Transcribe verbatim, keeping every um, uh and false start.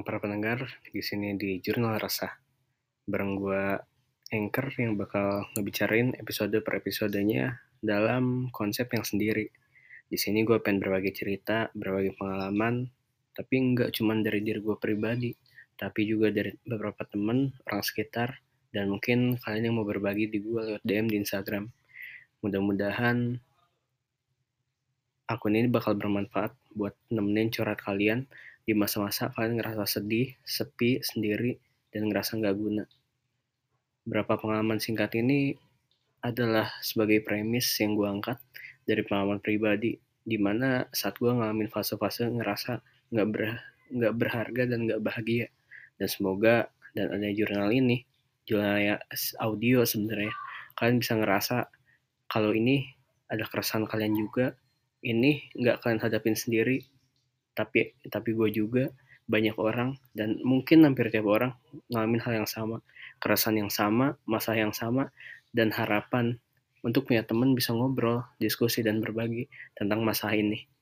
para pendengar, di sini di Jurnal Resah. Bareng gua Anchor yang bakal ngebicarain episode per episodenya dalam konsep yang sendiri. Di sini gue pengen berbagi cerita, berbagi pengalaman, tapi nggak cuma dari diri gue pribadi, tapi juga dari beberapa temen, orang sekitar, dan mungkin kalian yang mau berbagi di gue lewat D M di Instagram. Mudah-mudahan akun ini bakal bermanfaat buat nemenin curhat kalian di masa-masa kalian ngerasa sedih, sepi, sendiri, dan ngerasa nggak guna. Berapa pengalaman singkat ini adalah sebagai premis yang gue angkat dari pengalaman pribadi, di mana saat gue ngalamin fase-fase ngerasa nggak ber, nggak berharga dan nggak bahagia. Dan semoga dan ada jurnal ini, jurnal audio sebenarnya, kalian bisa ngerasa kalau ini ada keresahan kalian juga, ini nggak kalian hadapin sendiri, tapi tapi gue juga, banyak orang, dan mungkin hampir tiap orang ngalamin hal yang sama, keresahan yang sama, masalah yang sama, dan harapan untuk punya teman bisa ngobrol, diskusi, dan berbagi tentang masalah ini.